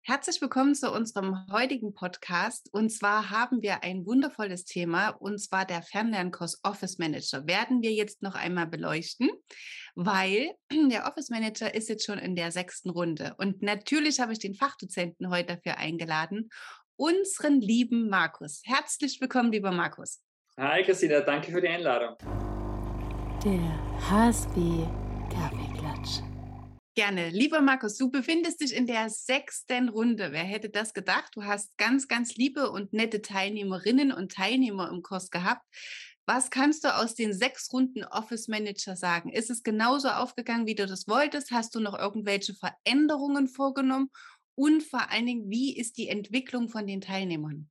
Herzlich willkommen zu unserem heutigen Podcast. Und zwar haben wir ein wundervolles Thema, und zwar der Fernlernkurs Office Manager. Werden wir jetzt noch einmal beleuchten, weil der Office Manager ist jetzt schon in der 6. Runde. Und natürlich habe ich den Fachdozenten heute dafür eingeladen, unseren lieben Markus. Herzlich willkommen, lieber Markus. Hi Christina, danke für die Einladung. Der HSB Kaffeeklatsch. Gerne. Lieber Markus, du befindest dich in der 6. Runde. Wer hätte das gedacht? Du hast ganz, ganz liebe und nette Teilnehmerinnen und Teilnehmer im Kurs gehabt. Was kannst du aus den 6 Runden Office Manager sagen? Ist es genauso aufgegangen, wie du das wolltest? Hast du noch irgendwelche Veränderungen vorgenommen? Und vor allen Dingen, wie ist die Entwicklung von den Teilnehmern?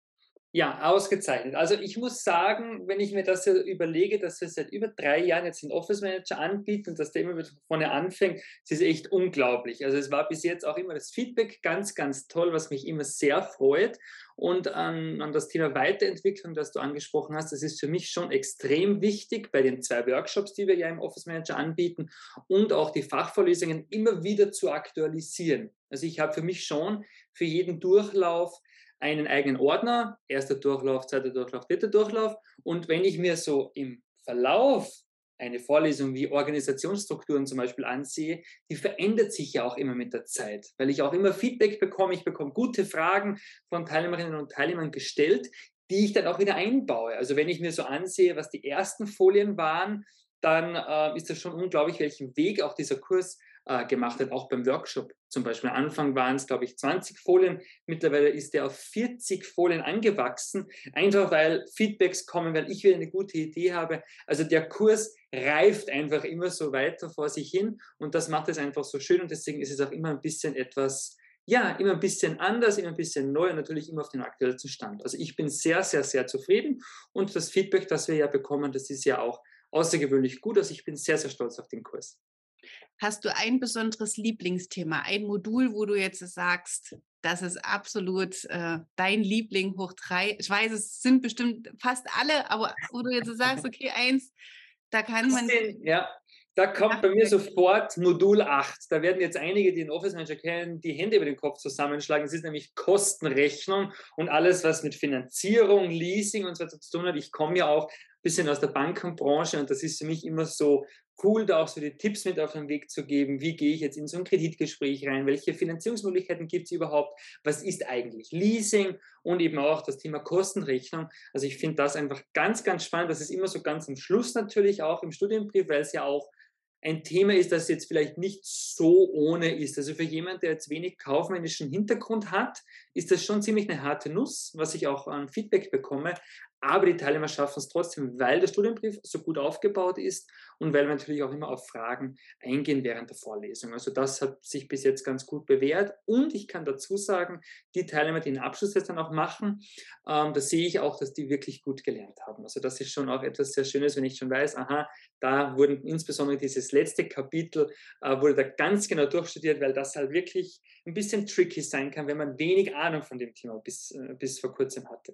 Ja, ausgezeichnet. Also ich muss sagen, wenn ich mir das so überlege, dass wir seit über 3 Jahren jetzt den Office Manager anbieten und dass der immer wieder von vorne anfängt, es ist echt unglaublich. Also es war bis jetzt auch immer das Feedback ganz, ganz toll, was mich immer sehr freut. Und an das Thema Weiterentwicklung, das du angesprochen hast, das ist für mich schon extrem wichtig bei den 2 Workshops, die wir ja im Office Manager anbieten, und auch die Fachvorlesungen immer wieder zu aktualisieren. Also ich habe für mich schon für jeden Durchlauf einen eigenen Ordner, erster Durchlauf, zweiter Durchlauf, dritter Durchlauf. Und wenn ich mir so im Verlauf eine Vorlesung wie Organisationsstrukturen zum Beispiel ansehe, die verändert sich ja auch immer mit der Zeit, weil ich auch immer Feedback bekomme. Ich bekomme gute Fragen von Teilnehmerinnen und Teilnehmern gestellt, die ich dann auch wieder einbaue. Also wenn ich mir so ansehe, was die ersten Folien waren, dann ist das schon unglaublich, welchen Weg auch dieser Kurs gemacht hat, auch beim Workshop zum Beispiel. Am Anfang waren es, glaube ich, 20 Folien. Mittlerweile ist der auf 40 Folien angewachsen, einfach weil Feedbacks kommen, weil ich wieder eine gute Idee habe. Also der Kurs reift einfach immer so weiter vor sich hin und das macht es einfach so schön und deswegen ist es auch immer ein bisschen etwas, ja, immer ein bisschen anders, immer ein bisschen neu und natürlich immer auf den aktuellsten Stand. Also ich bin sehr, sehr, sehr zufrieden und das Feedback, das wir ja bekommen, das ist ja auch außergewöhnlich gut. Also ich bin sehr, sehr stolz auf den Kurs. Hast du ein besonderes Lieblingsthema, ein Modul, wo du jetzt sagst, das ist absolut dein Liebling hoch 3? Ich weiß, es sind bestimmt fast alle, aber wo du jetzt sagst, okay, eins, da kann man. Ja, da kommt bei mir sofort Modul 8. Da werden jetzt einige, die den Office Manager kennen, die Hände über den Kopf zusammenschlagen. Es ist nämlich Kostenrechnung und alles, was mit Finanzierung, Leasing und so weiter zu tun hat. Ich komme ja auch ein bisschen aus der Bankenbranche und das ist für mich immer so cool, da auch so die Tipps mit auf den Weg zu geben. Wie gehe ich jetzt in so ein Kreditgespräch rein? Welche Finanzierungsmöglichkeiten gibt es überhaupt? Was ist eigentlich Leasing? Und eben auch das Thema Kostenrechnung. Also ich finde das einfach ganz, ganz spannend. Das ist immer so ganz am Schluss natürlich auch im Studienbrief, weil es ja auch ein Thema ist, das jetzt vielleicht nicht so ohne ist. Also für jemanden, der jetzt wenig kaufmännischen Hintergrund hat, ist das schon ziemlich eine harte Nuss, was ich auch an Feedback bekomme. Aber die Teilnehmer schaffen es trotzdem, weil der Studienbrief so gut aufgebaut ist und weil wir natürlich auch immer auf Fragen eingehen während der Vorlesung. Also das hat sich bis jetzt ganz gut bewährt. Und ich kann dazu sagen, die Teilnehmer, die den Abschluss jetzt dann auch machen, da sehe ich auch, dass die wirklich gut gelernt haben. Also das ist schon auch etwas sehr Schönes, wenn ich schon weiß, aha, da wurden insbesondere dieses letzte Kapitel, wurde da ganz genau durchstudiert, weil das halt wirklich ein bisschen tricky sein kann, wenn man wenig Ahnung von dem Thema bis vor kurzem hatte.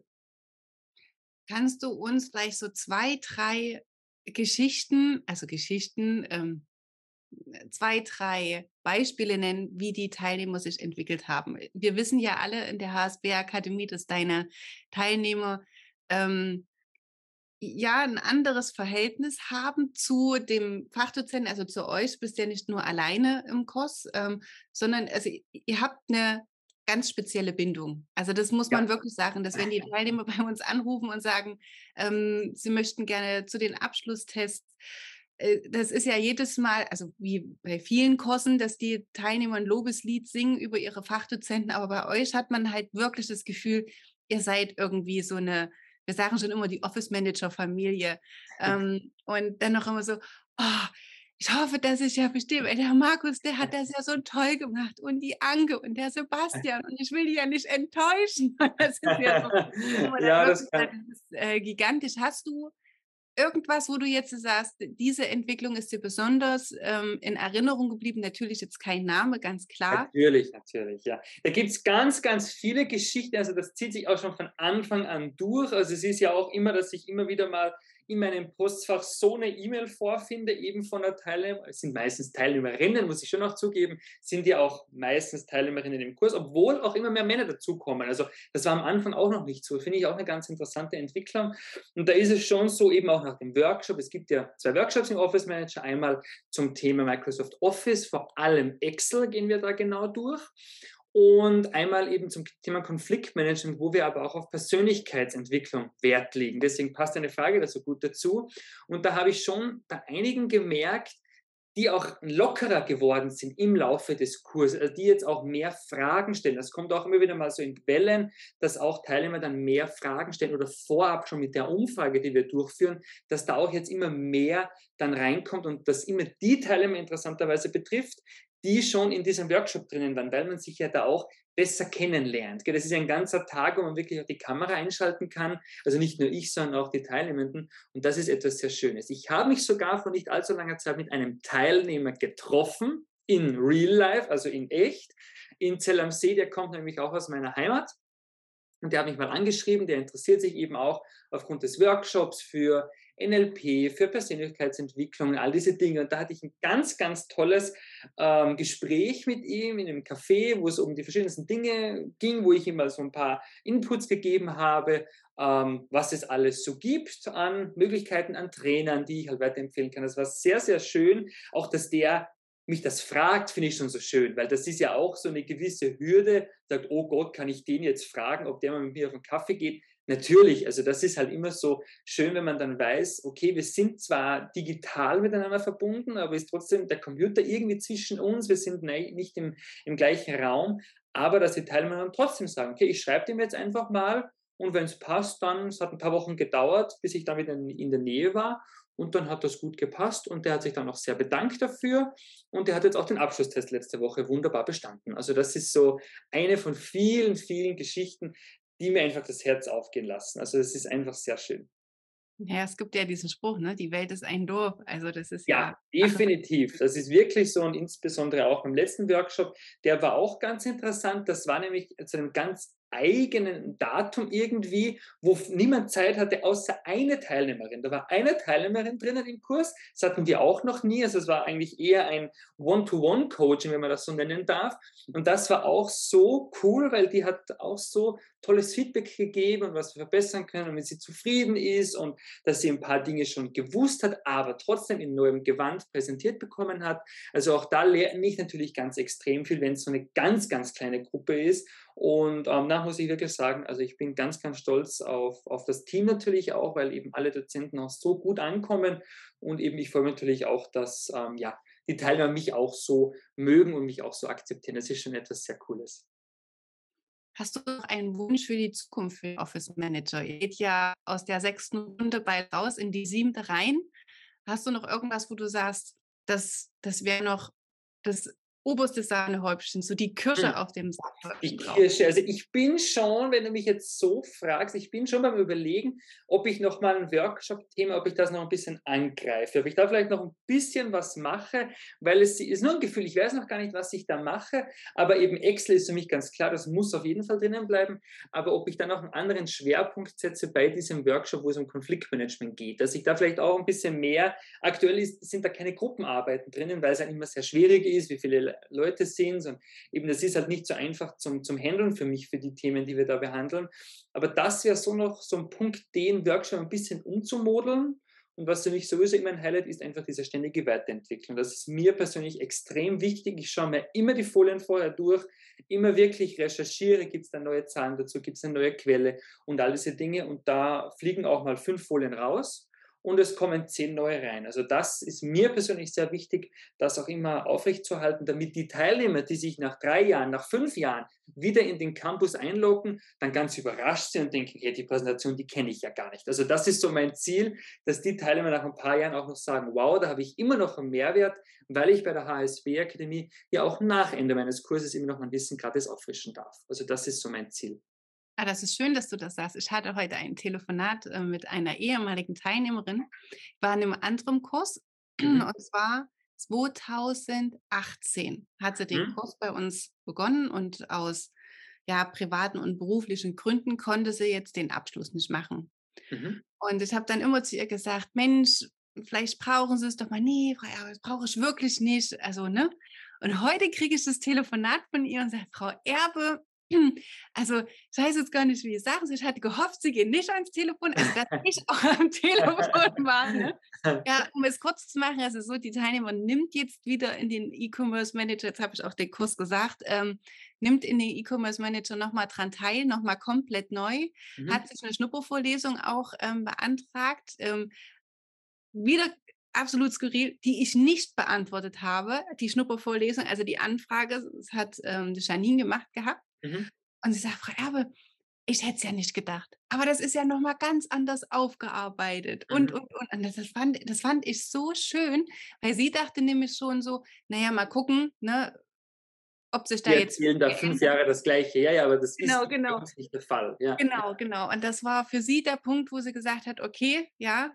Kannst du uns gleich so 2, 3 Geschichten, 2, 3 Beispiele nennen, wie die Teilnehmer sich entwickelt haben? Wir wissen ja alle in der HSB-Akademie, dass deine Teilnehmer ja ein anderes Verhältnis haben zu dem Fachdozenten, also zu euch. Du bist ja nicht nur alleine im Kurs, sondern also ihr habt eine ganz spezielle Bindung. Also das muss man Ja. wirklich sagen, dass wenn die Teilnehmer bei uns anrufen und sagen, sie möchten gerne zu den Abschlusstests, das ist ja jedes Mal, also wie bei vielen Kursen, dass die Teilnehmer ein Lobeslied singen über ihre Fachdozenten, aber bei euch hat man halt wirklich das Gefühl, ihr seid irgendwie so eine, wir sagen schon immer die Office-Manager-Familie. Und dann noch immer so, oh, ich hoffe, dass ich ja verstehe, weil der Markus, der hat das ja so toll gemacht und die Anke und der Sebastian und ich will die ja nicht enttäuschen. Das ist ja so, wo man dann Ja, wirklich das sagt, kann. das ist gigantisch. Hast du irgendwas, wo du jetzt sagst, diese Entwicklung ist dir besonders in Erinnerung geblieben? Natürlich jetzt kein Name, ganz klar. Natürlich, natürlich, ja. Da gibt es ganz, ganz viele Geschichten, also das zieht sich auch schon von Anfang an durch. Also es ist ja auch immer, dass sich immer wieder mal in meinem Postfach so eine E-Mail vorfinde, eben von der Teilnehmer, es sind meistens Teilnehmerinnen, muss ich schon noch zugeben, sind ja auch meistens Teilnehmerinnen im Kurs, obwohl auch immer mehr Männer dazukommen. Also das war am Anfang auch noch nicht so. Finde ich auch eine ganz interessante Entwicklung. Und da ist es schon so, eben auch nach dem Workshop, es gibt ja 2 Workshops im Office Manager, einmal zum Thema Microsoft Office, vor allem Excel gehen wir da genau durch. Und einmal eben zum Thema Konfliktmanagement, wo wir aber auch auf Persönlichkeitsentwicklung Wert legen. Deswegen passt eine Frage da so gut dazu. Und da habe ich schon bei einigen gemerkt, die auch lockerer geworden sind im Laufe des Kurses, also die jetzt auch mehr Fragen stellen. Das kommt auch immer wieder mal so in Wellen, dass auch Teilnehmer dann mehr Fragen stellen oder vorab schon mit der Umfrage, die wir durchführen, dass da auch jetzt immer mehr dann reinkommt und das immer die Teilnehmer interessanterweise betrifft, die schon in diesem Workshop drinnen waren, weil man sich ja da auch besser kennenlernt. Das ist ein ganzer Tag, wo man wirklich auch die Kamera einschalten kann. Also nicht nur ich, sondern auch die Teilnehmenden. Und das ist etwas sehr Schönes. Ich habe mich sogar vor nicht allzu langer Zeit mit einem Teilnehmer getroffen, in Real Life, also in echt, in Zell am See. Der kommt nämlich auch aus meiner Heimat. Und der hat mich mal angeschrieben, der interessiert sich eben auch aufgrund des Workshops für NLP, für Persönlichkeitsentwicklung, all diese Dinge. Und da hatte ich ein ganz, ganz tolles Gespräch mit ihm in einem Café, wo es um die verschiedensten Dinge ging, wo ich ihm mal so ein paar Inputs gegeben habe, was es alles so gibt an Möglichkeiten, an Trainern, die ich halt weiterempfehlen kann. Das war sehr, sehr schön. Auch, dass der mich das fragt, finde ich schon so schön, weil das ist ja auch so eine gewisse Hürde, sagt, oh Gott, kann ich den jetzt fragen, ob der mal mit mir auf einen Kaffee geht? Natürlich, also das ist halt immer so schön, wenn man dann weiß, okay, wir sind zwar digital miteinander verbunden, aber ist trotzdem der Computer irgendwie zwischen uns, wir sind nicht im gleichen Raum, aber dass die Teilnehmer dann trotzdem sagen, okay, ich schreibe dem jetzt einfach mal und wenn es passt, dann, es hat ein paar Wochen gedauert, bis ich damit in der Nähe war und dann hat das gut gepasst und der hat sich dann auch sehr bedankt dafür und der hat jetzt auch den Abschlusstest letzte Woche wunderbar bestanden. Also das ist so eine von vielen, vielen Geschichten, die mir einfach das Herz aufgehen lassen. Also das ist einfach sehr schön. Ja, es gibt ja diesen Spruch, ne? Die Welt ist ein Dorf. Also das ist Ja, ja, definitiv. Das ist wirklich so und insbesondere auch beim letzten Workshop, der war auch ganz interessant. Das war nämlich zu einem ganz eigenen Datum irgendwie, wo niemand Zeit hatte, außer eine Teilnehmerin. Da war eine Teilnehmerin drinnen im Kurs, das hatten wir auch noch nie. Also es war eigentlich eher ein One-to-One-Coaching, wenn man das so nennen darf. Und das war auch so cool, weil die hat auch so tolles Feedback gegeben und was wir verbessern können und wenn sie zufrieden ist und dass sie ein paar Dinge schon gewusst hat, aber trotzdem in neuem Gewand präsentiert bekommen hat. Also auch da lerne ich natürlich ganz extrem viel, wenn es so eine ganz, ganz kleine Gruppe ist. Und da muss ich wirklich sagen, also ich bin ganz, ganz stolz auf das Team natürlich auch, weil eben alle Dozenten auch so gut ankommen. Und eben ich freue mich natürlich auch, dass ja, die Teilnehmer mich auch so mögen und mich auch so akzeptieren. Das ist schon etwas sehr Cooles. hast du noch einen Wunsch für die Zukunft für Office Manager? Ihr geht ja aus der 6. Runde bald raus in die 7. rein. Hast du noch irgendwas, wo du sagst, das wäre noch das oberste Sahnehäubchen, so die Kirsche auf dem Die Sahnehäubchen drauf? Kirsche. Also ich bin schon, wenn du mich jetzt so fragst, ich bin schon beim Überlegen, ob ich noch mal ein Workshop-Thema, ob ich das noch ein bisschen angreife, ob ich da vielleicht noch ein bisschen was mache, weil es ist nur ein Gefühl, ich weiß noch gar nicht, was ich da mache, aber eben Excel ist für mich ganz klar, das muss auf jeden Fall drinnen bleiben, aber ob ich da noch einen anderen Schwerpunkt setze bei diesem Workshop, wo es um Konfliktmanagement geht, dass ich da vielleicht auch ein bisschen mehr, aktuell sind da keine Gruppenarbeiten drinnen, weil es dann immer sehr schwierig ist, wie viele Leute sind und eben das ist halt nicht so einfach zum Handeln für mich, für die Themen, die wir da behandeln. Aber das wäre so noch so ein Punkt, den Workshop ein bisschen umzumodeln. Und was für mich sowieso immer ein Highlight ist, einfach diese ständige Weiterentwicklung. Das ist mir persönlich extrem wichtig. Ich schaue mir immer die Folien vorher durch, immer wirklich recherchiere, gibt es da neue Zahlen dazu, gibt es eine neue Quelle und all diese Dinge. Und da fliegen auch mal 5 Folien raus und es kommen 10 neue rein. Also das ist mir persönlich sehr wichtig, das auch immer aufrechtzuerhalten, damit die Teilnehmer, die sich nach 3 Jahren, nach 5 Jahren wieder in den Campus einloggen, dann ganz überrascht sind und denken, hey, die Präsentation, die kenne ich ja gar nicht. Also das ist so mein Ziel, dass die Teilnehmer nach ein paar Jahren auch noch sagen, wow, da habe ich immer noch einen Mehrwert, weil ich bei der HSB Akademie ja auch nach Ende meines Kurses immer noch mein Wissen gratis auffrischen darf. Also das ist so mein Ziel. Ah, das ist schön, dass du das sagst. Ich hatte heute ein Telefonat mit einer ehemaligen Teilnehmerin. Ich war in einem anderen Kurs Mhm. und zwar 2018 hat sie den Mhm. Kurs bei uns begonnen und aus ja, privaten und beruflichen Gründen konnte sie jetzt den Abschluss nicht machen. Mhm. Und ich habe dann immer zu ihr gesagt, Mensch, vielleicht brauchen Sie es doch mal. Nee, Frau Erbe, das brauche ich wirklich nicht. Also, ne? Und heute kriege ich das Telefonat von ihr und sage, Frau Erbe, also ich weiß jetzt gar nicht, wie ich sagen soll. Ich hatte gehofft, Sie gehen nicht ans Telefon, also dass ich auch am Telefon war. Ne? Ja, um es kurz zu machen, also so, die Teilnehmer nimmt jetzt wieder in den E-Commerce Manager, jetzt habe ich auch den Kurs gesagt, nimmt in den E-Commerce Manager nochmal dran teil, nochmal komplett neu, Mhm. hat sich eine Schnuppervorlesung auch beantragt, wieder absolut skurril, die ich nicht beantwortet habe, die Schnuppervorlesung, also die Anfrage, das hat die Janine gemacht gehabt. Mhm. Und sie sagt, Frau Erbe, ich hätte es ja nicht gedacht. Aber das ist ja nochmal ganz anders aufgearbeitet. Und, Mhm. und, und. Und das fand ich so schön, weil sie dachte nämlich schon so, naja, mal gucken, ne, ob sich da Die jetzt erzählen da 5 Jahre das Gleiche. Ja, ja, aber das ist genau, bei genau. uns nicht der Fall. Ja. Genau, genau. Und das war für sie der Punkt, wo sie gesagt hat, okay, ja,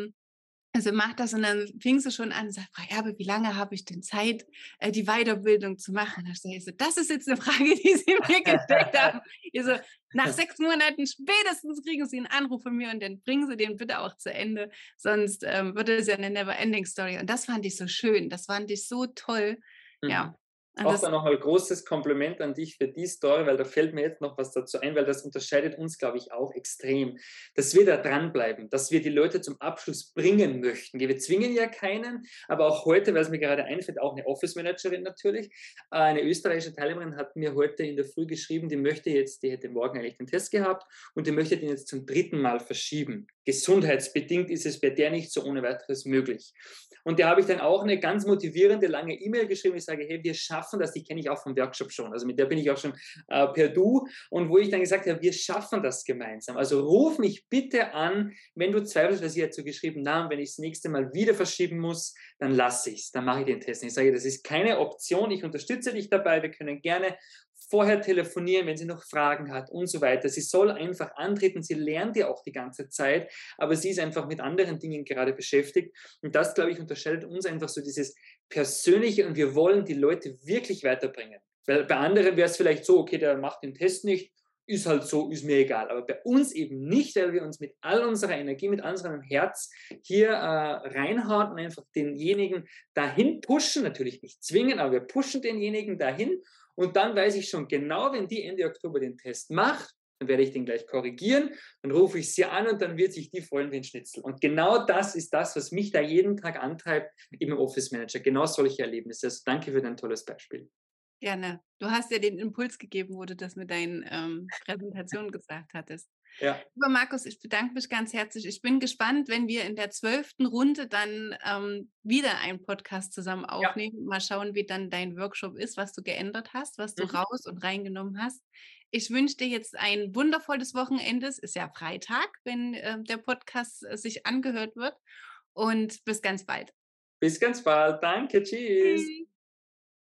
also mach das. Und dann fing sie schon an und sagt, Frau Erbe, wie lange habe ich denn Zeit, die Weiterbildung zu machen? Da sag ich so, das ist jetzt eine Frage, die Sie mir gestellt haben. Ich so, nach 6 Monaten spätestens kriegen Sie einen Anruf von mir und dann bringen Sie den bitte auch zu Ende. Sonst wird es ja eine Never-Ending Story. Und das fand ich so schön. Das fand ich so toll. Mhm. Ja. Und Auch das, dann nochmal großes Kompliment an dich für die Story, weil da fällt mir jetzt noch was dazu ein, weil das unterscheidet uns, glaube ich, auch extrem, dass wir da dranbleiben, dass wir die Leute zum Abschluss bringen möchten. Wir zwingen ja keinen, aber auch heute, weil es mir gerade einfällt, auch eine Office-Managerin natürlich, eine österreichische Teilnehmerin hat mir heute in der Früh geschrieben, die hätte morgen eigentlich den Test gehabt und die möchte den jetzt zum 3. Mal verschieben. Gesundheitsbedingt ist es bei der nicht so ohne weiteres möglich. Und der habe ich dann auch eine ganz motivierende, lange E-Mail geschrieben. Ich sage, hey, wir schaffen das. Die kenne ich auch vom Workshop schon. Also mit der bin ich auch schon per Du. Und wo ich dann gesagt habe, wir schaffen das gemeinsam. Also ruf mich bitte an, wenn du zweifelst, was ich dazu geschrieben habe. Wenn ich das nächste Mal wieder verschieben muss, dann lasse ich es. Dann mache ich den Test. Und ich sage, das ist keine Option. Ich unterstütze dich dabei. Wir können gerne vorher telefonieren, wenn sie noch Fragen hat und so weiter. Sie soll einfach antreten. Sie lernt ja auch die ganze Zeit, aber sie ist einfach mit anderen Dingen gerade beschäftigt. Und das, glaube ich, unterscheidet uns einfach so dieses Persönliche und wir wollen die Leute wirklich weiterbringen. Weil bei anderen wäre es vielleicht so, okay, der macht den Test nicht, ist halt so, ist mir egal. Aber bei uns eben nicht, weil wir uns mit all unserer Energie, mit all unserem Herz hier reinhauen und einfach denjenigen dahin pushen, natürlich nicht zwingen, aber wir pushen denjenigen dahin und dann weiß ich schon genau, wenn die Ende Oktober den Test macht, dann werde ich den gleich korrigieren, dann rufe ich sie an und dann wird sich die freuen wie ein Schnitzel. Und genau das ist das, was mich da jeden Tag antreibt im Office Manager. Genau solche Erlebnisse. Also danke für dein tolles Beispiel. gerne. Du hast ja den Impuls gegeben, wo du das mit deinen Präsentationen gesagt hattest. Ja, Lieber Markus, ich bedanke mich ganz herzlich. Ich bin gespannt, wenn wir in der 12. Runde dann wieder einen Podcast zusammen ja. aufnehmen. Mal schauen, wie dann dein Workshop ist, was du geändert hast, was du Mhm. raus und reingenommen hast. Ich wünsche dir jetzt ein wundervolles Wochenende. Es ist ja Freitag, wenn der Podcast sich angehört wird. Und bis ganz bald. Bis ganz bald. Danke. Tschüss. Tschüss.